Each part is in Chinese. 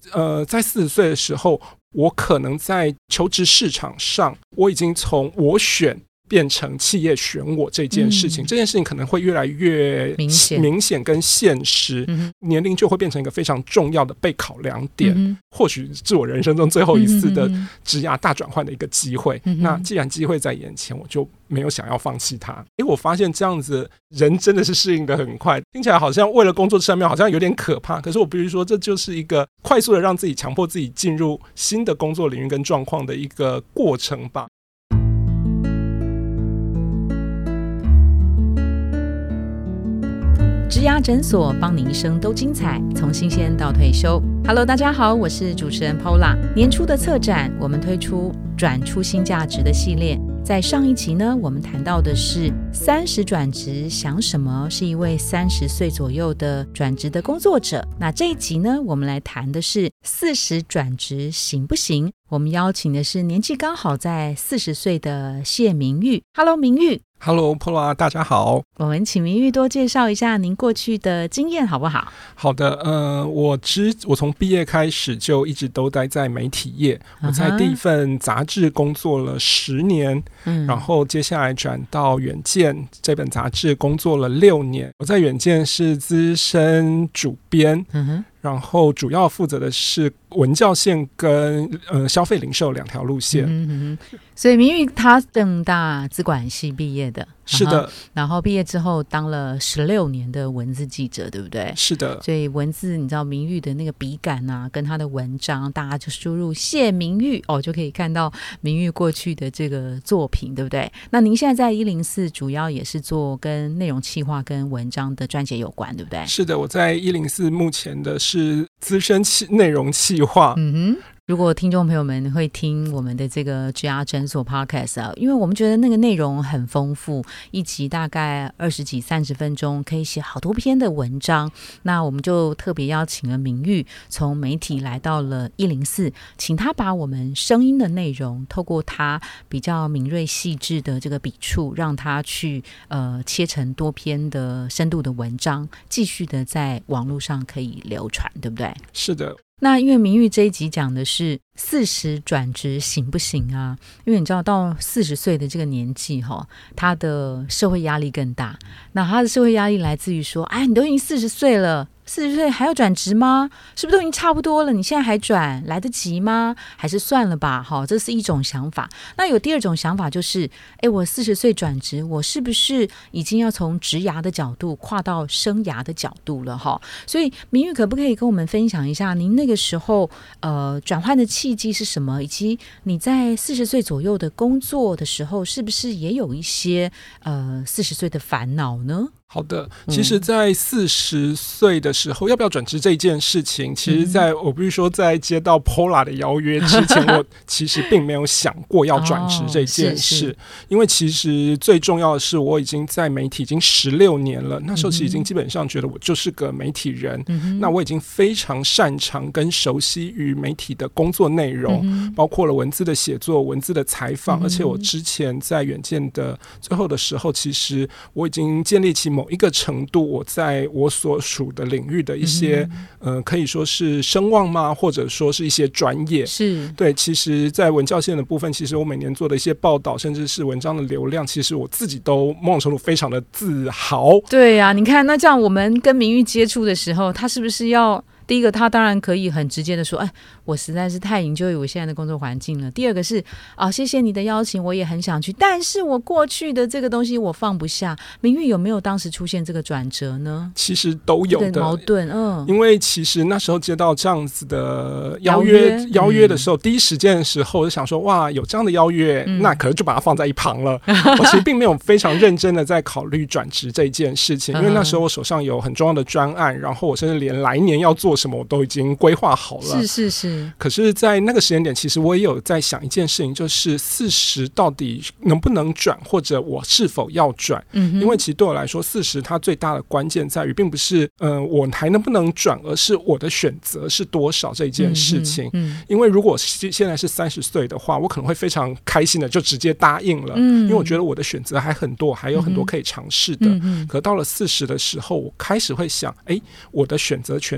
在40岁的时候，我可能在求职市场上，我已经从我选变成企业选我这件事情，这件事情可能会越来越明显跟现实，年龄就会变成一个非常重要的被考量点，或许是我人生中最后一次的职涯大转换的一个机会，那既然机会在眼前，我就没有想要放弃它。我发现这样子人真的是适应的很快，听起来好像为了工作上面好像有点可怕，可是我必须说这就是一个快速的让自己强迫自己进入新的工作领域跟状况的一个过程吧。 职涯诊所，帮你一生都精彩，从新鲜到退休。Hello， 大家好，我是主持人 Paula。年初的策展，我们推出转出新价值的系列。在上一集呢，我们谈到的是30转职想什么，是一位30岁左右的转职的工作者。那这一集呢，我们来谈的是40转职行不行？我们邀请的是年纪刚好在40岁的谢明玉。Hello， 明玉。 Hello Paula， 大家好。 我们请明玉多介绍一下您过去的经验好不好？ 好的，我从毕业开始就一直都待在媒体业，我在第一份杂志工作了10年，然后接下来转到远见这本杂志工作了6年。我在远见是资深主编，然后主要负责的是文教线跟消费零售2条路线。 所以明玉他政大资管系毕业的， 是的。 然后毕业之后当了16年的文字记者，对不对？ 是的。 所以文字你知道明玉的那个笔感啊，跟他的文章，大家就输入谢明玉就可以看到明玉过去的这个作品，对不对？那您现在在104主要也是做跟内容企划跟文章的专节有关，对不对？ 是的，我在104目前的是资深内容企划。 如果听众朋友们会听我们的这个职涯诊所 podcast 啊，因为我们觉得那个内容很丰富，一集大概20几30分钟，可以写好多篇的文章。那我们就特别邀请了明玉，从媒体来到了104，请他把我们声音的内容，透过他比较敏锐细致的这个笔触，让他去切成多篇的深度的文章，继续的在网络上可以流传，对不对？ 是的。 那因为明玉这一集讲的是40转职行不行啊？因为你知道到40岁的这个年纪他的社会压力更大。那他的社会压力来自于说，你都已经40岁了，40岁还要转职吗？是不是都已经差不多了？你现在还转来得及吗？还是算了吧？这是一种想法。那有第二种想法就是，我40岁转职，我是不是已经要从职涯的角度跨到生涯的角度了？所以明玉可不可以跟我们分享一下，您那个时候转换的契机是什么？以及你在40岁左右的工作的时候，是不是也有一些40岁的烦恼呢？ 好的，其实在40岁的时候要不要转职这件事情，其实我必须说在接到 Paula 的邀约之前，我其实并没有想过要转职这件事，因为其实最重要的是我已经在媒体已经16年了，那时候其实已经基本上觉得我就是个媒体人，那我已经非常擅长跟熟悉于媒体的工作内容，包括了文字的写作、文字的采访，而且我之前在远见的最后的时候，其实我已经建立起某一个程度我在我所属的领域的一些可以说是声望吗，或者说是一些专业， 是对。其实在文教线的部分，其实我每年做的一些报道甚至是文章的流量，其实我自己都某种程度非常的自豪。 对啊，你看那这样我们跟明玉接触的时候，他是不是要第一个他当然可以很直接的说，我实在是太enjoy我现在的工作环境了。第二个是谢谢你的邀请，我也很想去，但是我过去的这个东西我放不下。明玉有没有当时出现这个转折呢？ 其实都有的， 这个矛盾。 因为其实那时候接到这样子的邀约的时候，第一时间的时候我就想说，哇，有这样的邀约，那可能就把它放在一旁了。我其实并没有非常认真的在考虑转职这件事情，因为那时候我手上有很重要的专案，然后我甚至连来年要做什么我都已经规划好了。 是。 可是在那个时间点，其实我也有在想一件事情，就是40到底能不能转，或者我是否要转。因为其实对我来说，40它最大的关键在于并不是我还能不能转，而是我的选择是多少这件事情。因为如果现在是30岁的话，我可能会非常开心的就直接答应了，因为我觉得我的选择还很多，还有很多可以尝试的。可到了40的时候，我开始会想，我的选择权是不是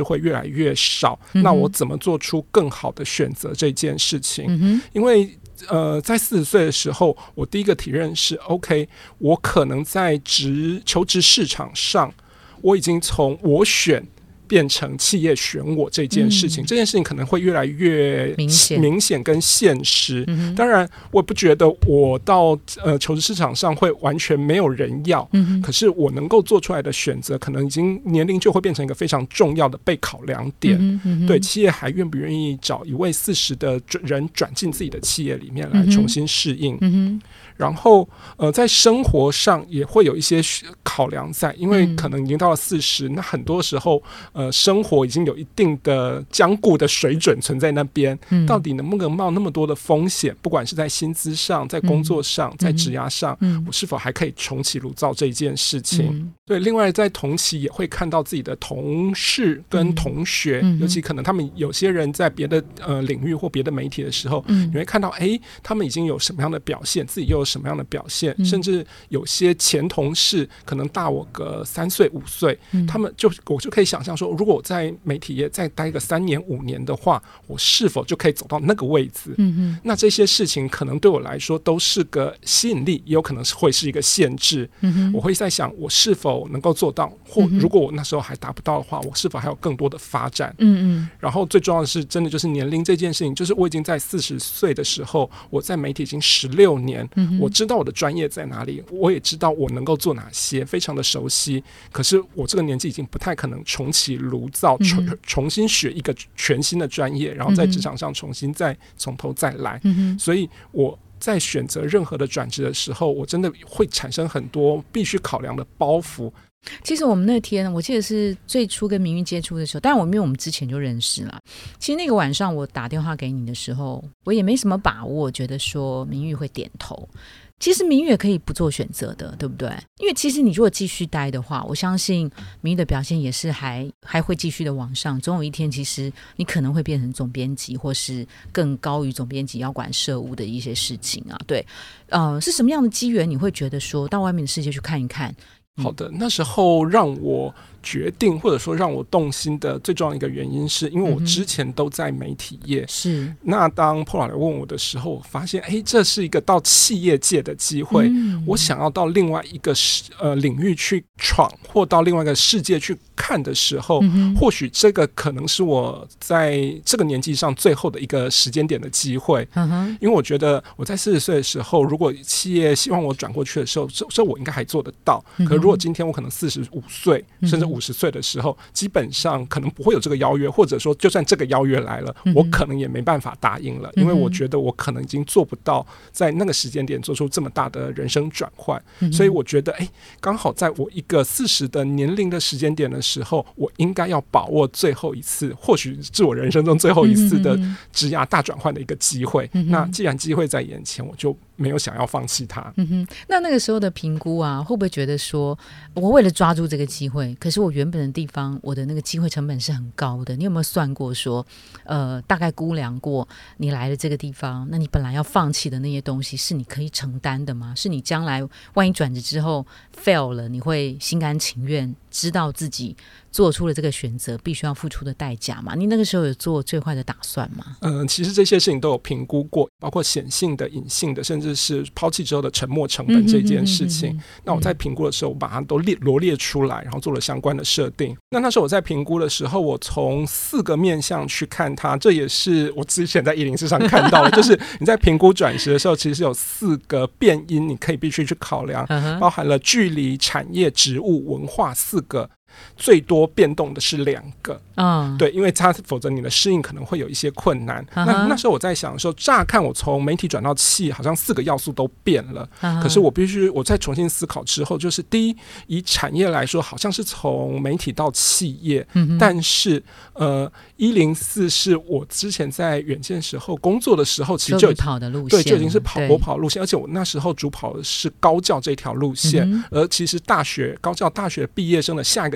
会越来越少，那我怎么做出更好的选择这件事情。因为在40岁的时候，我第一个体认是 OK， 我可能在求职市场上，我已经从我选变成企业选我这件事情，这件事情可能会越来越明显跟现实。当然，我不觉得我到求职市场上会完全没有人要，可是我能够做出来的选择，可能已经年龄就会变成一个非常重要的被考量点。对，企业还愿不愿意找一位40的人转进自己的企业里面来重新适应？然后在生活上也会有一些考量在，因为可能已经到了40，那很多时候生活已经有一定的僵固的水准存在那边，到底能不能冒那么多的风险，不管是在薪资上，在工作上，在职涯上，我是否还可以重启炉灶这一件事情。对，另外在同期也会看到自己的同事跟同学，尤其可能他们有些人在别的领域或别的媒体的时候，你会看到他们已经有什么样的表现，自己又有什么样的表现，甚至有些前同事可能大我个3岁5岁，我就可以想象说，如果我在媒体业再待个3年5年的话，我是否就可以走到那个位置？那这些事情可能对我来说都是个吸引力，也有可能会是一个限制。我会在想，我是否能够做到，或如果我那时候还达不到的话，我是否还有更多的发展？然后最重要的是，真的就是年龄这件事情，就是我已经在40岁的时候，我在媒体已经16年，我知道我的专业在哪里，我也知道我能够做哪些，非常的熟悉。可是我这个年纪已经不太可能重启炉灶，重新学一个全新的专业，然后在职场上重新再从头再来。所以我在选择任何的转职的时候，我真的会产生很多必须考量的包袱。 其实我们那天我记得是最初跟明玉接触的时候，当然因为我们之前就认识了。其实那个晚上我打电话给你的时候，我也没什么把握觉得说明玉会点头。其实明玉也可以不做选择的，对不对？因为其实你如果继续待的话，我相信明玉的表现也是还会继续的往上，总有一天其实你可能会变成总编辑，或是更高于总编辑要管社务的一些事情啊。对，是什么样的机缘你会觉得说到外面的世界去看一看？ 好的，那时候让我决定或者说让我动心的最重要的一个原因，是因为我之前都在媒体业。 是。 那当 Paula 来问我的时候，我发现这是一个到企业界的机会。我想要到另外一个领域去闯，或到另外一个世界去看的时候，或许这个可能是我在这个年纪上最后的一个时间点的机会。因为我觉得我在40岁的时候，如果企业希望我转过去的时候，这我应该还做得到。可是如果今天我可能45岁甚至50岁的时候，基本上可能不会有这个邀约，或者说就算这个邀约来了，我可能也没办法答应了。因为我觉得我可能已经做不到在那个时间点做出这么大的人生转换。所以我觉得刚好在我一个40的年龄的时间点的时候，我应该要把握最后一次，或许是我人生中最后一次的职涯大转换的一个机会。那既然机会在眼前，我就没有想要放弃它。 那个时候的评估啊，会不会觉得说，我为了抓住这个机会，可是我原本的地方我的那个机会成本是很高的？你有没有算过说大概估量过你来了这个地方，那你本来要放弃的那些东西是你可以承担的吗？是你将来万一转职之后 fail 了，你会心甘情愿知道自己做出了这个选择必须要付出的代价吗？你那个时候有做最坏的打算吗？ 其实这些事情都有评估过，包括显性的、隐性的，甚至是抛弃之后的沉没成本这件事情。那我在评估的时候，我把它都罗列出来，然后做了相关的设定。那时候我在评估的时候，我从4个面向去看它，这也是我之前在104上看到的，就是你在评估转职的时候，其实有4个变因，你可以必须去考量，包含了距离、产业、职务、文化4个。最多变动的是2个，对，因为否则你的适应可能会有一些困难。那时候我在想的时候，乍看我从媒体转到企业，好像4个要素都变了。可是我再重新思考之后，就是第一，以产业来说，好像是从媒体到企业，但是104是我之前在远见时候工作的时候，其实就跑的路线， 对，就已经是我跑路线，而且我那时候主跑的是高教这条路线，而其实高教大学毕业生的下一个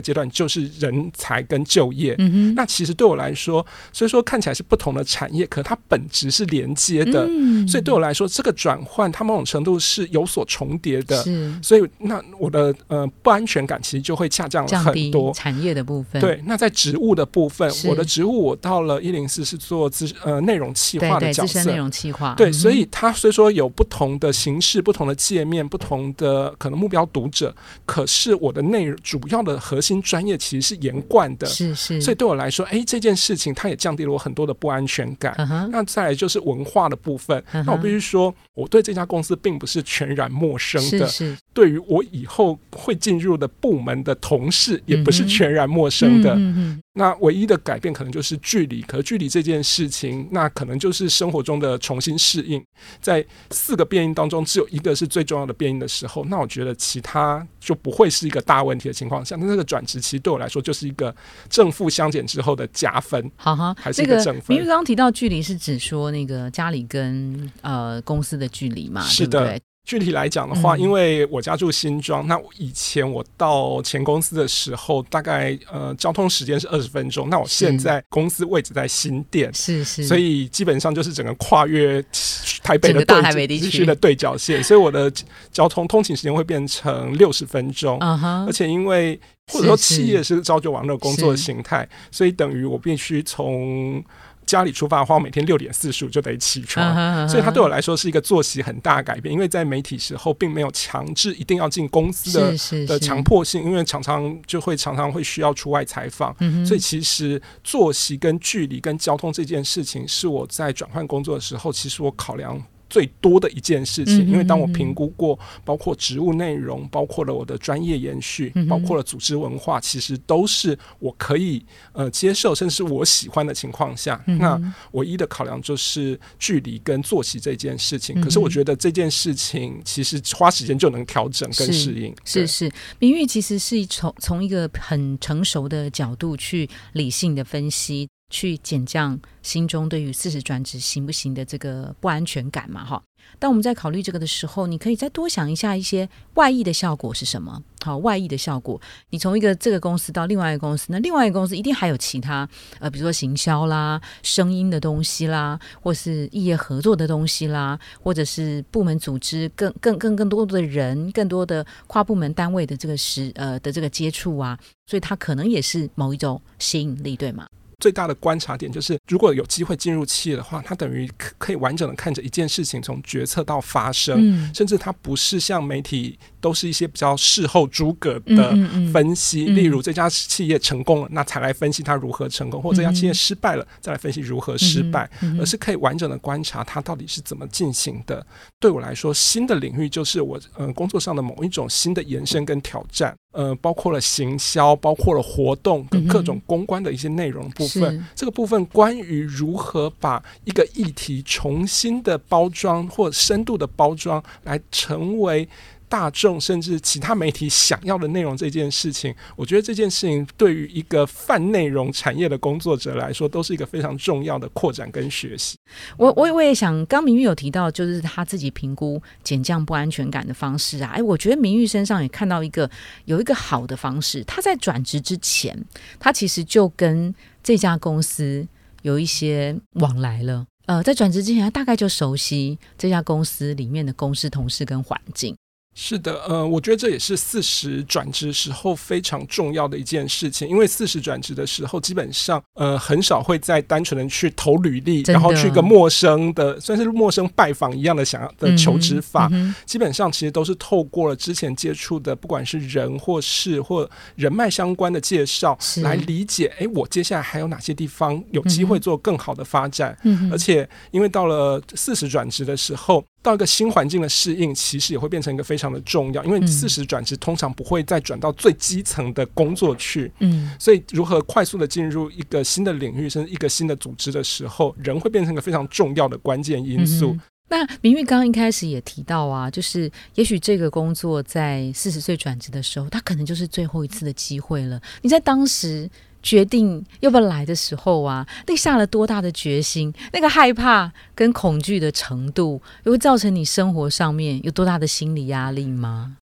阶段就是人才跟就业。那其实对我来说，所以说看起来是不同的产业，可它本质是连接的。所以对我来说，这个转换它某种程度是有所重叠的。所以那我的不安全感其实就会下降了很多。 产业的部分， 对。那在职务的部分，我的职务我到了104是做内容企划的角色， 资深内容企划。 对，所以它虽说有不同的形式、不同的界面、不同的可能目标读者，可是我的内容主要的核心专业其实是连贯的。 是。 所以对我来说，这件事情它也降低了我很多的不安全感。那再来就是文化的部分。那我必须说，我对这家公司并不是全然陌生的。对于我以后会进入的部门的同事，也不是全然陌生的。那唯一的改变可能就是距离，可是距离这件事情，那可能就是生活中的重新适应。在4个变因当中，只有一个是最重要的变因的时候，那我觉得其他就不会是一个大问题的情况下，那这个转职其实对我来说就是一个正负相减之后的加分。还是一个正分。 明玉刚刚提到距离是指说那个家里跟公司的距离嘛？ 是的，对不对？具体来讲的话，因为我家住新庄，那以前我到前公司的时候，大概交通时间是20分钟。那我现在公司位置在新店，所以基本上就是整个跨越台北的大台北地区的对角线，所以我的交通通勤时间会变成60分钟。而且因为或者说企业是朝九晚六工作的形态，所以等于我必须从家里出发的话，我每天6点45就得起床，所以它对我来说是一个作息很大的改变。因为在媒体时候并没有强制一定要进公司的强迫性，因为常常会需要出外采访，所以其实作息跟距离跟交通这件事情是我在转换工作的时候，其实我考量最多的一件事情。因为当我评估过包括职务内容，包括了我的专业延续，包括了组织文化，其实都是我可以接受甚至是我喜欢的情况下，那唯一的考量就是距离跟作息这件事情。可是我觉得这件事情其实花时间就能调整跟适应。 是明玉其实是从一个很成熟的角度去理性的分析，去减降心中对于40转职行不行的这个不安全感嘛。当我们在考虑这个的时候，你可以再多想一下一些外溢的效果是什么。外溢的效果，你从这个公司到另外一个公司，那另外一个公司一定还有其他比如说行销啦、声音的东西啦，或是异业合作的东西啦，或者是部门组织更多的人，更多的跨部门单位的这个接触啊，所以它可能也是某一种吸引力，对吗？ 最大的观察点就是，如果有机会进入企业的话，它等于可以完整的看着一件事情从决策到发生，甚至它不是像媒体都是一些比较事后诸葛的分析，例如这家企业成功了，那才来分析它如何成功，或这家企业失败了，再来分析如何失败，而是可以完整的观察它到底是怎么进行的。对我来说，新的领域就是我工作上的某一种新的延伸跟挑战。包括了行销，包括了活动跟各种公关的一些内容部分。这个部分关于如何把一个议题重新的包装或深度的包装，来成为大众甚至其他媒体想要的内容这件事情，我觉得这件事情对于一个泛内容产业的工作者来说，都是一个非常重要的扩展跟学习。 我也想，刚明玉有提到就是他自己评估减降不安全感的方式啊，我觉得明玉身上也看到有一个好的方式。他在转职之前，他其实就跟这家公司有一些往来了。在转职之前，他大概就熟悉这家公司里面的公司同事跟环境。 是的，我觉得这也是40转职时候非常重要的一件事情，因为40转职的时候，基本上很少会再单纯的去投履历，然后去一个陌生的，算是陌生拜访一样的想要的求职法，基本上其实都是透过了之前接触的，不管是人或事或人脉相关的介绍，来理解，我接下来还有哪些地方有机会做更好的发展。而且因为到了40转职的时候，到一个新环境的适应，其实也会变成一个非常的重要，因为40转职通常不会再转到最基层的工作去，所以如何快速的进入一个新的领域甚至一个新的组织的时候，人会变成一个非常重要的关键因素。 那明玉刚刚一开始也提到啊，就是也许这个工作在40岁转职的时候，它可能就是最后一次的机会了。你在当时决定要不要来的时候啊，你下了多大的决心？那个害怕跟恐惧的程度，又会造成你生活上面有多大的心理压力吗？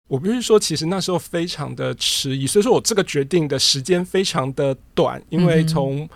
我必须说其实那时候非常的迟疑，所以说我这个决定的时间非常的短，因为从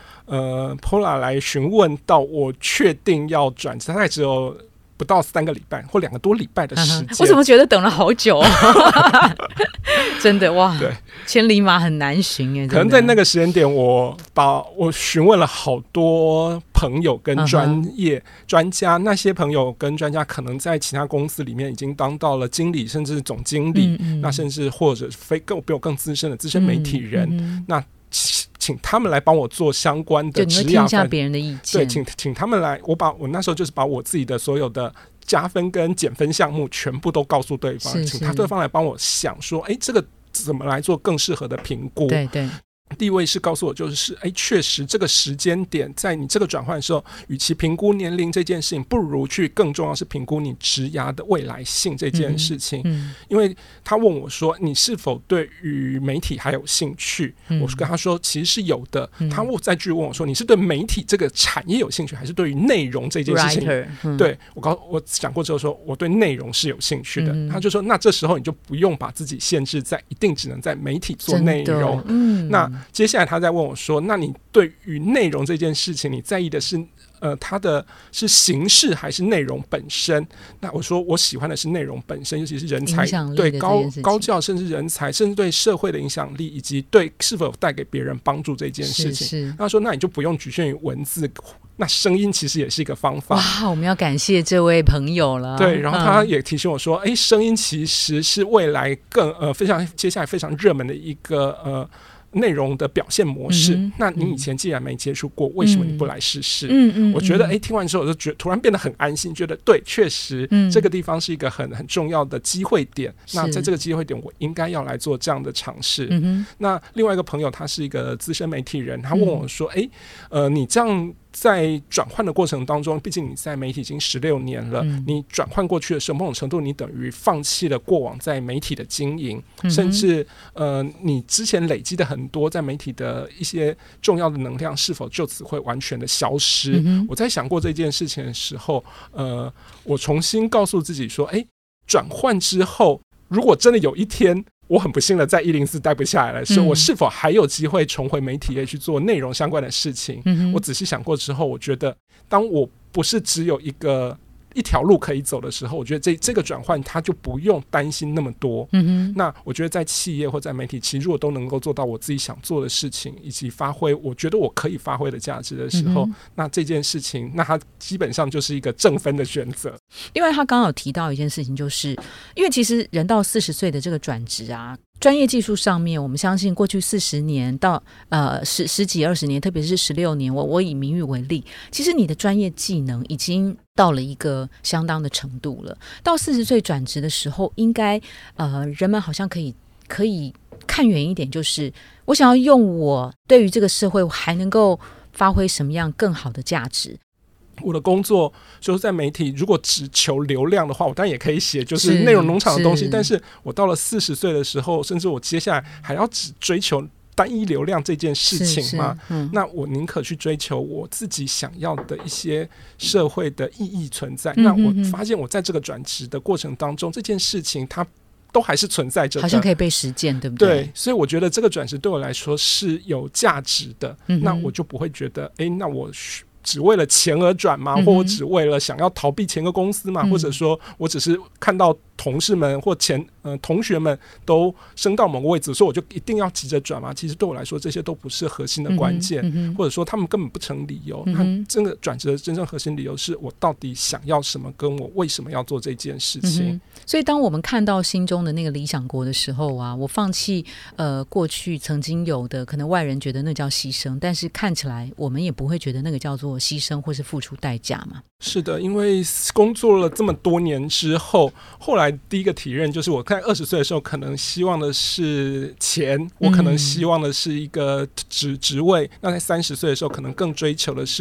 Pola 来询问到我确定要转职大概只有不到3个礼拜或2个多礼拜的时间。 我怎么觉得等了好久真的哇，对，千里马很难寻耶。 可能在那个时间点我询问了好多朋友跟专家，那些朋友跟专家可能在其他公司里面已经当到了经理甚至总经理，那甚至或者比我更资深的资深媒体人，那请他们来帮我做相关的职涯分析， 听一下别人的意见。 对，请他们来，我那时候就是把我自己的所有的加分跟减分项目全部都告诉对方，请对方来帮我想说，这个怎么来做更适合的评估。 对对。 第一位是告诉我，就是确实这个时间点在你这个转换的时候，与其评估年龄这件事情，不如去更重要是评估你职涯的未来性这件事情。因为他问我说你是否对于媒体还有兴趣，我跟他说其实是有的。他再继续问我说你是对媒体这个产业有兴趣，还是对于内容这件事情？对，我讲过之后说我对内容是有兴趣的。他就说那这时候你就不用把自己限制在一定只能在媒体做内容。那接下来他再问我说那你对于内容这件事情你在意的是它的是形式还是内容本身？那我说我喜欢的是内容本身，尤其是人才对高教甚至人才甚至对社会的影响力以及对是否带给别人帮助这件事情。他说那你就不用局限于文字，那声音其实也是一个方法。 哇，我们要感谢这位朋友了。 对，然后他也提醒我说声音其实是未来更非常接下来非常热门的一个内容的表现模式。那你以前既然没接触过，为什么你不来试试？我觉得听完之后我就突然变得很安心，觉得对，确实这个地方是一个很重要的机会点。那在这个机会点我应该要来做这样的尝试。那另外一个朋友他是一个资深媒体人，他问我说你这样在转换的过程当中，毕竟你在媒体已经16年了，你转换过去的时候某种程度你等于放弃了过往在媒体的经营，甚至你之前累积的很多在媒体的一些重要的能量是否就此会完全的消失。我在想过这件事情的时候我重新告诉自己说转换之后如果真的有一天我很不幸的在104待不下来了，所以我是否还有机会重回媒体业去做内容相关的事情？我仔细想过之后，我觉得当我不是只有一条路可以走的时候，我觉得这个转换它就不用担心那么多。那我觉得在企业或在媒体，其实如果都能够做到我自己想做的事情，以及发挥我觉得我可以发挥的价值的时候，那这件事情那它基本上就是一个正分的选择。 另外他刚刚有提到一件事情，就是因为其实人到40岁的这个转职啊，专业技术上面我们相信过去40年到十几20年，特别是16年，我以名誉为例，其实你的专业技能已经到了一个相当的程度了。到40岁转职的时候，应该人们好像可以看远一点，就是我想要用我对于这个社会我还能够发挥什么样更好的价值。 我的工作就是在媒体，如果只求流量的话，我当然也可以写就是内容农场的东西，但是我到了40岁的时候，甚至我接下来还要只追求单一流量这件事情嘛，那我宁可去追求我自己想要的一些社会的意义存在。那我发现我在这个转职的过程当中，这件事情它都还是存在着的， 好像可以被实践，对不对？ 对，所以我觉得这个转职对我来说是有价值的。那我就不会觉得那我只为了钱而转吗？或我只为了想要逃避前个公司吗？或者说我只是看到同事们或同学们都升到某个位置，所以我就一定要急着转吗？其实对我来说这些都不是核心的关键，或者说他们根本不成理由。那这个转职的真正核心理由是我到底想要什么，跟我为什么要做这件事情。 所以当我们看到心中的那个理想国的时候啊，我放弃过去曾经有的可能外人觉得那叫牺牲，但是看起来我们也不会觉得那个叫做牺牲或是付出代价嘛。 是的，因为工作了这么多年之后，后来第一个体认就是我在20岁的时候可能希望的是钱，我可能希望的是一个职位，那在30岁的时候可能更追求的是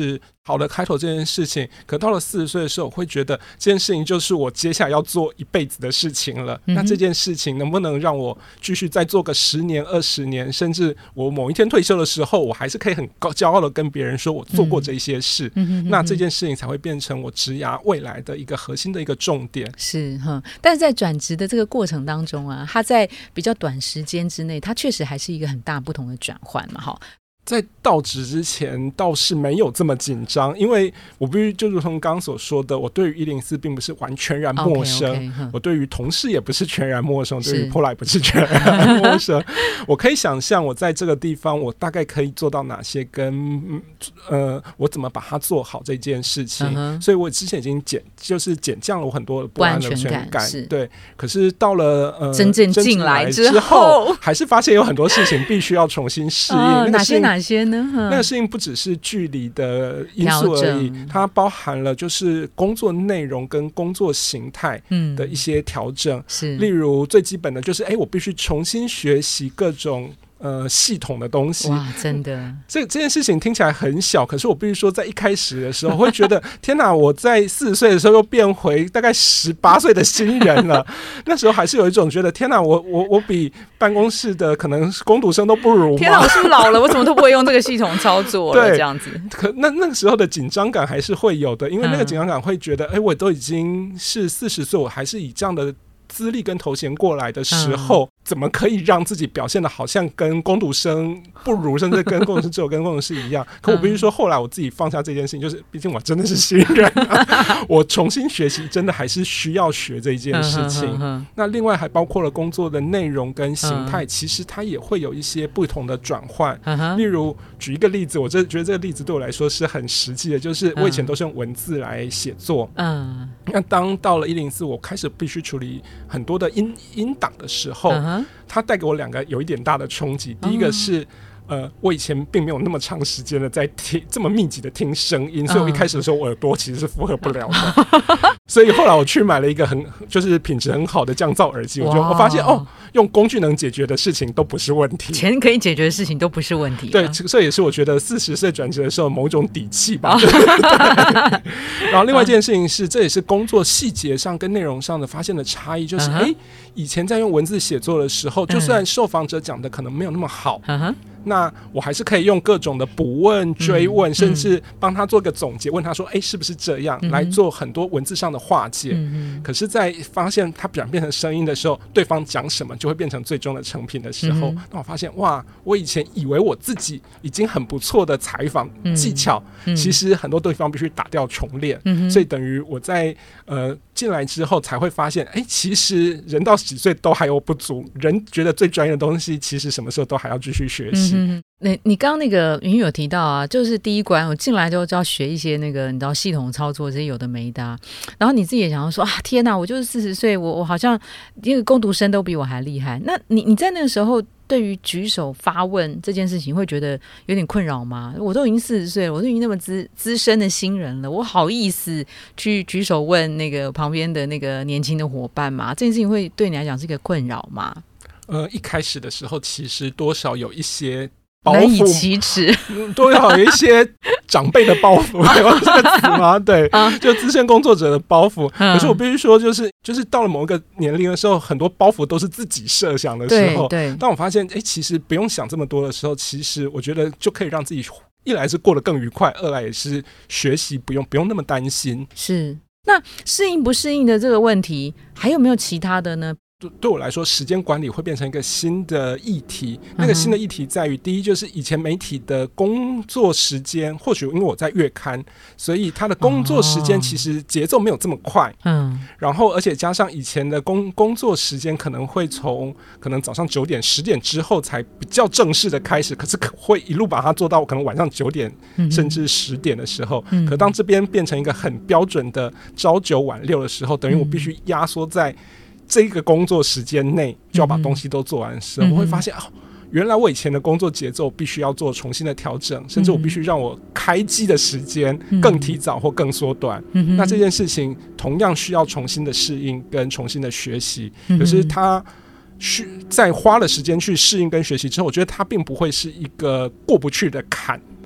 好的开头这件事情，可到了40岁的时候，我会觉得这件事情就是我接下来要做一辈子的事情了。那这件事情能不能让我继续再做个10年、20年，甚至我某一天退休的时候，我还是可以很骄傲的跟别人说我做过这些事。那这件事情才会变成我职涯未来的一个核心的一个重点。 是但是在转职的这个过程当中啊，它在比较短时间之内，它确实还是一个很大不同的转换嘛。 在到职之前倒是没有这么紧张，因为我必须就如同刚刚所说的，我对于104并不是全然陌生，我对于同事也不是全然陌生，对于 Paula 也不是全然陌生。我可以想象我在这个地方我大概可以做到哪些，跟我怎么把它做好这件事情。所以我之前已经减降了我很多的不安全感。对，可是到了真正进来之后， 还是发现有很多事情必须要重新适应。 哪些呢？ 那个事情不只是距离的因素而已，它包含了就是工作内容跟工作形态的一些调整。例如最基本的就是我必须重新学习各种系统的东西。 哇，真的， 这件事情听起来很小，可是我必须说在一开始的时候会觉得天哪，我在40岁的时候又变回大概18岁的新人了。那时候还是有一种觉得天哪，我比办公室的可能工读生都不如吗？ 天哪，我是不是老了？我怎么都不会用这个系统操作了？这样子， 可那个时候的紧张感还是会有的，因为那个紧张感会觉得我都已经是40岁，我还是以这样的资历跟头衔过来的时候，怎么可以让自己表现的好像跟工读生不如，甚至跟工读生只有跟工读生一样？可我必须说，后来我自己放下这件事情，就是毕竟我真的是新人我重新学习真的还是需要学这一件事情。那另外还包括了工作的内容跟形态，其实它也会有一些不同的转换。例如举一个例子，我觉得这个例子对我来说是很实际的，就是我以前都是用文字来写作。那当到了104，我开始必须处理很多的音档的时候，它带给我2个有一点大的冲击。第一个是我以前并没有那么长时间的在听这么密集的听声音，所以我一开始的时候我耳朵其实是负荷不了的所以后来我去买了一个就是品质很好的降噪耳机，我发现用工具能解决的事情都不是问题， 钱可以解决的事情都不是问题。 对，这也是我觉得40岁转职的时候某种底气吧然后另外一件事情是，这也是工作细节上跟内容上的发现的差异，就是以前在用文字写作的时候，就算受访者讲的可能没有那么好，那我还是可以用各种的补问、追问，甚至帮他做个总结，问他说是不是这样，来做很多文字上的化解。可是在发现它转变成声音的时候，对方讲什么就会变成最终的成品的时候，那我发现哇，我以前以为我自己已经很不错的采访技巧，其实很多对方必须打掉重练。所以等于我在进来之后才会发现，其实人到几岁都还有不足，人觉得最专业的东西，其实什么时候都还要继续学习。 你刚刚那个云有提到啊，就是第一关我进来就要学一些那个你知道系统操作这些有的没的然后你自己也想要说天哪，我就是40岁，我好像那个工读生都比我还厉害。那你在那个时候对于举手发问这件事情会觉得有点困扰吗？我都已经40岁了，我都已经那么资深的新人了，我好意思去举手问那个旁边的那个年轻的伙伴吗？这件事情会对你来讲是一个困扰吗？ 一开始的时候其实多少有一些难以启齿都要有一些长辈的包袱有这个词吗？对就资深工作者的包袱可是我必须说就是到了某一个年龄的时候，很多包袱都是自己设想的时候，当我发现其实不用想这么多的时候，其实我觉得就可以让自己一来是过得更愉快，二来也是学习不用那么担心。 是，那适应不适应的这个问题还有没有其他的呢？ 对我来说，时间管理会变成一个新的议题。那个新的议题在于，第一就是以前媒体的工作时间，或许因为我在月刊，所以他的工作时间其实节奏没有这么快。然后而且加上以前的工作时间可能会从可能早上9点、10点之后才比较正式的开始，可是会一路把它做到可能晚上9点甚至10点的时候。可当这边变成一个很标准的朝9晚6的时候，等于我必须压缩在这个工作时间内就要把东西都做完的时候，我会发现原来我以前的工作节奏必须要做重新的调整，甚至我必须让我开机的时间更提早或更缩短。那这件事情同样需要重新的适应跟重新的学习，可是它在花了时间去适应跟学习之后，我觉得它并不会是一个过不去的坎。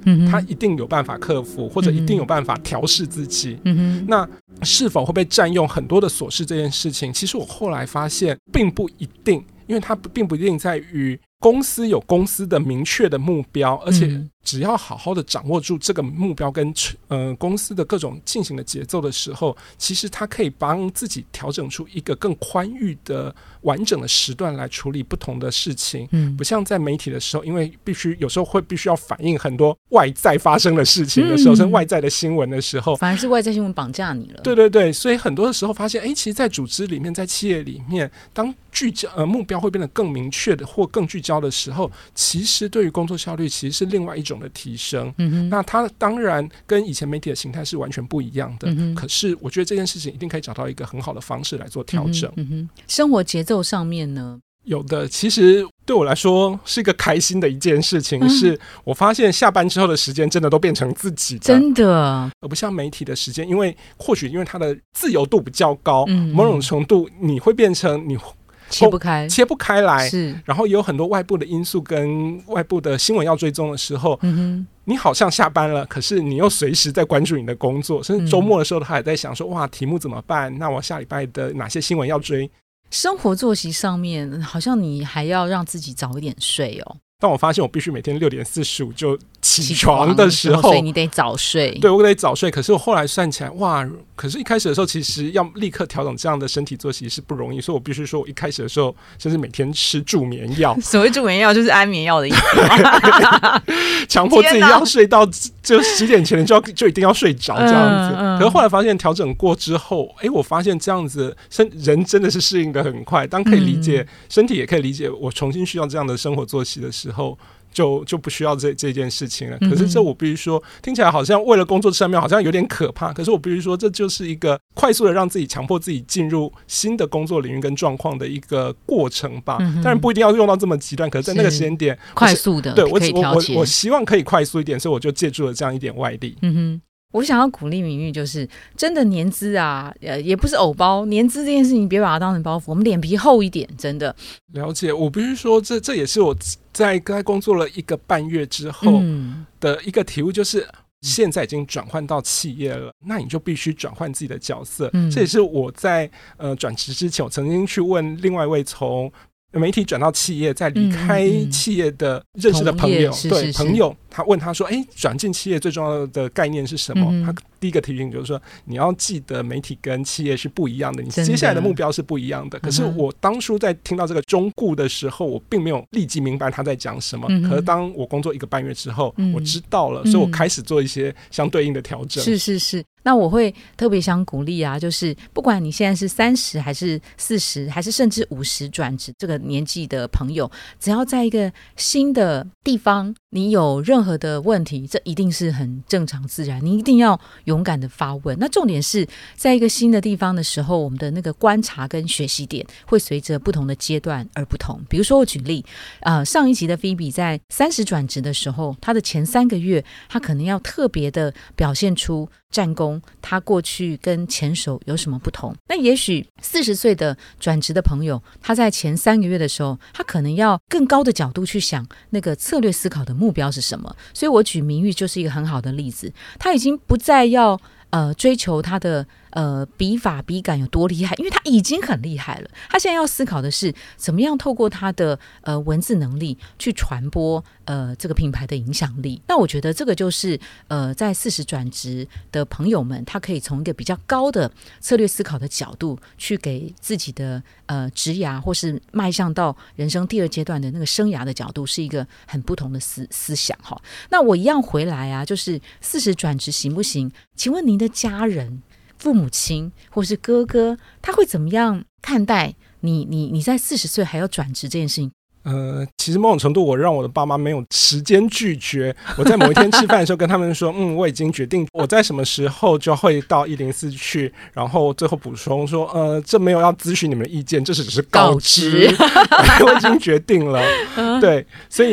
他一定有办法克服，或者一定有办法调试自己。那是否会被占用很多的琐事这件事情，其实我后来发现并不一定，因为它并不一定在于公司有公司的明确的目标，而且只要好好的掌握住这个目标跟公司的各种进行的节奏的时候，其实它可以帮自己调整出一个更宽裕的完整的时段来处理不同的事情。不像在媒体的时候，因为有时候必须要反映很多外在发生的事情的时候，甚至外在的新闻的时候， 反而是外在新闻绑架你了。 对对对，所以很多的时候发现，其实在组织里面，在企业里面，当聚焦目标会变得更明确的或更聚焦的时候，其实对于工作效率其实是另外一种的提升。那它当然跟以前媒体的形态是完全不一样的，可是我觉得这件事情一定可以找到一个很好的方式来做调整。 生活节奏上面呢， 有的其实对我来说是一个开心的一件事情，是我发现下班之后的时间真的都变成自己的， 真的， 而不像媒体的时间，或许因为它的自由度比较高，某种程度你会变成你切不开来，是，然后也有很多外部的因素跟外部的新闻要追踪的时候，你好像下班了，可是你又随时在关注你的工作，甚至周末的时候他还在想说，哇，题目怎么办？那我下礼拜的哪些新闻要追？ 生活作息上面，好像你还要让自己早一点睡哦。 当我发现我必须每天6:45就起床的时候， 所以你得早睡。 对，我得早睡。可是我后来算起来，哇！可是一开始的时候，其实要立刻调整这样的身体作息是不容易，所以我必须说，我一开始的时候，甚至每天吃助眠药。 所谓助眠药就是安眠药的意思， 强迫自己要睡到就10点前就一定要睡着这样子。可是后来发现调整过之后，我发现这样子人真的是适应的很快。当可以理解身体，也可以理解我重新需要这样的生活作息的时候，就不需要这件事情了。可是这我必须说，听起来好像为了工作吃面好像有点可怕，可是我必须说，这就是一个快速的让自己强迫自己进入新的工作领域跟状况的一个过程吧。当然不一定要用到这么极端，可是在那个时间点快速的， 对， 可以调节。 我希望可以快速一点，所以我就借助了这样一点外力。 我想要鼓励明玉，就是真的年资啊，也不是偶包，年资这件事情别把它当成包袱，我们脸皮厚一点，真的。 了解，我必须说，这也是我在工作了1个半月之后的一个体悟，就是现在已经转换到企业了，那你就必须转换自己的角色。这也是我在转职之前，我曾经去问另外一位从媒体转到企业，在离开企业的认识的朋友，对朋友，他问他说：“转进企业最重要的概念是什么？”他第一个提醒就是说，你要记得媒体跟企业是不一样的，你接下来的目标是不一样的。可是我当初在听到这个忠告的时候，我并没有立即明白他在讲什么。可是当我工作1个半月之后，我知道了，所以我开始做一些相对应的调整。 是。那我会特别想鼓励啊，就是不管你现在是30还是40，还是甚至50转职这个年纪的朋友，只要在一个新的地方，你有任何的问题，这一定是很正常自然，你一定要勇敢的发问。那重点是在一个新的地方的时候，我们的那个观察跟学习点会随着不同的阶段而不同。比如说我举例，上一集的 Phoebe 在30转职的时候，他的前3个月，他可能要特别的表现出战功，他过去跟前手有什么不同。那也许40岁的转职的朋友，他在前3个月的时候，他可能要更高的角度去想那个策略思考的目标是什么。所以我举明玉就是一个很好的例子，他已经不再要追求他的笔法笔感有多厉害，因为他已经很厉害了。他现在要思考的是怎么样透过他的文字能力去传播这个品牌的影响力。那我觉得这个就是在40转职的朋友们，他可以从一个比较高的策略思考的角度去给自己的职涯或是迈向到人生第2阶段的那个生涯的角度，是一个很不同的思想哈。那我一样回来啊，就是40转职行不行？请问您的家人、父母亲或是哥哥，他会怎么样看待你在40岁还要转职这件事情？ 其实某种程度我让我的爸妈没有时间拒绝。我在某一天吃饭的时候跟他们说我已经决定我在什么时候就会到104去，然后最后补充说这没有要咨询你们的意见，这只是告知我已经决定了。对，所以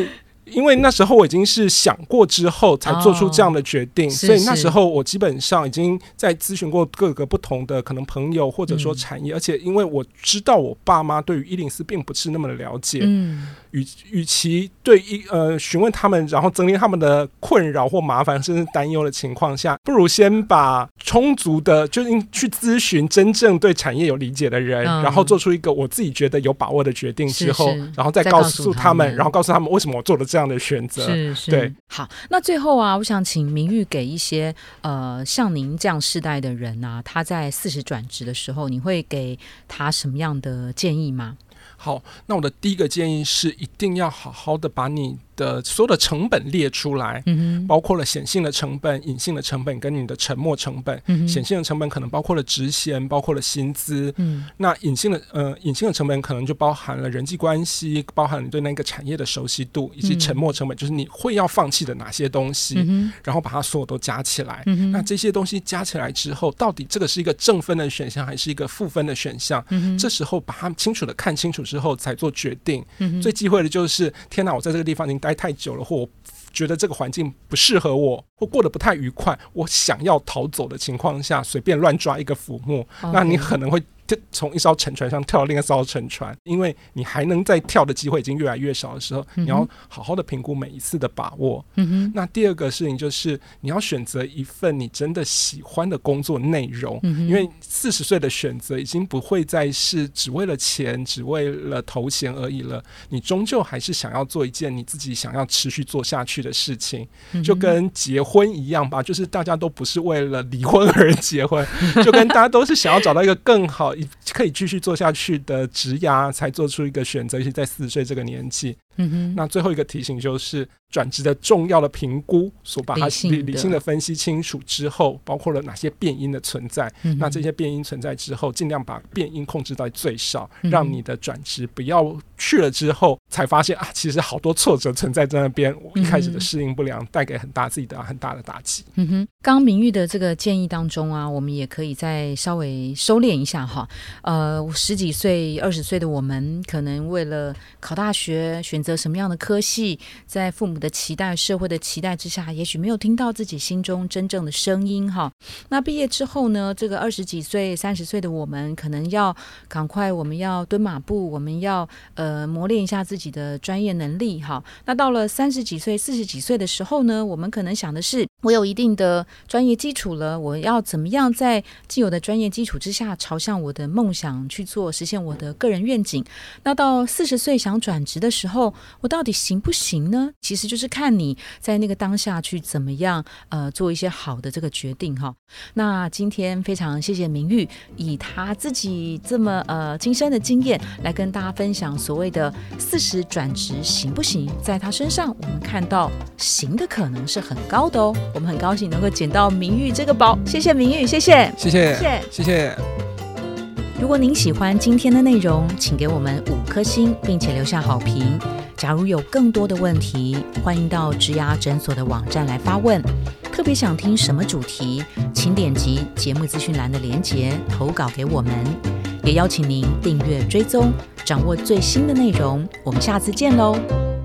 因为那时候我已经是想过之后才做出这样的决定，所以那时候我基本上已经在咨询过各个不同的可能朋友或者说产业，而且因为我知道我爸妈对于104并不是那么的了解，与其对询问他们，然后增添他们的困扰或麻烦甚至担忧的情况下，不如先把充足的就是去咨询真正对产业有理解的人，然后做出一个我自己觉得有把握的决定之后，然后再告诉他们，然后告诉他们为什么我做了这样的选择。对。 好，那最后啊，我想请明玉给一些像您这样世代的人啊，他在40转职的时候，你会给他什么样的建议吗？ 好，那我的第一个建议是一定要好好的把你的所有的成本列出来，包括了显性的成本、隐性的成本跟你的沉没成本。显性的成本可能包括了职衔，包括了薪资。那隐性的成本可能就包含了人际关系，包含你对那个产业的熟悉度，以及沉没成本就是你会要放弃的哪些东西，然后把它所有都加起来。那这些东西加起来之后，到底这个是一个正分的选项还是一个负分的选项？这时候把它清楚的看清楚之后才做决定。最忌讳的就是天哪，我在这个地方已经待太久了，或我觉得这个环境不适合我，或过得不太愉快，我想要逃走的情况下随便乱抓一个浮木，那你可能会从一艘沉船上跳到另一艘沉船，因为你还能再跳的机会已经越来越少的时候，你要好好的评估每一次的把握。那第二个事情就是你要选择一份你真的喜欢的工作内容，因为40岁的选择已经不会再是只为了钱只为了头衔而已了，你终究还是想要做一件你自己想要持续做下去的事情，就跟结婚一样吧，就是大家都不是为了离婚而结婚，就跟大家都是想要找到一个更好可以继续做下去的职涯才做出一个选择，尤其在40岁这个年纪。那最后一个提醒就是转职的重要的评估，所把它理性的分析清楚之后，包括了哪些变因的存在，那这些变因存在之后，尽量把变因控制到最少，让你的转职不要去了之后才发现啊，其实好多挫折存在在那边，我一开始的适应不良带给很大自己的很大的打击。 刚刚明玉的这个建议当中啊，我们也可以再稍微收敛一下哈。10几岁、20岁的我们，可能为了考大学，选择什么样的科系，在父母的期待、社会的期待之下，也许没有听到自己心中真正的声音哈。那毕业之后呢，这个20几岁、30岁的我们，可能要赶快，我们要蹲马步，我们要磨练一下自己的专业能力哈。那到了30几岁、40几岁的时候呢，我们可能想的是，我有一定的专业基础了，我要怎么样在既有的专业基础之下，朝向我的梦想去做，实现我的个人愿景。那到40岁想转职的时候，我到底行不行呢？其实就是看你在那个当下去怎么样做一些好的这个决定哈。那今天非常谢谢明玉以他自己这么亲身的经验来跟大家分享所谓的40转职行不行，在他身上我们看到行的可能是很高的哦。我们很高兴能够捡到明玉这个宝，谢谢明玉，谢谢。如果您喜欢今天的内容，请给我们5颗星，并且留下好评。假如有更多的问题，欢迎到职涯诊所的网站来发问。特别想听什么主题，请点击节目资讯栏的连结投稿给我们。也邀请您订阅追踪，掌握最新的内容。我们下次见喽。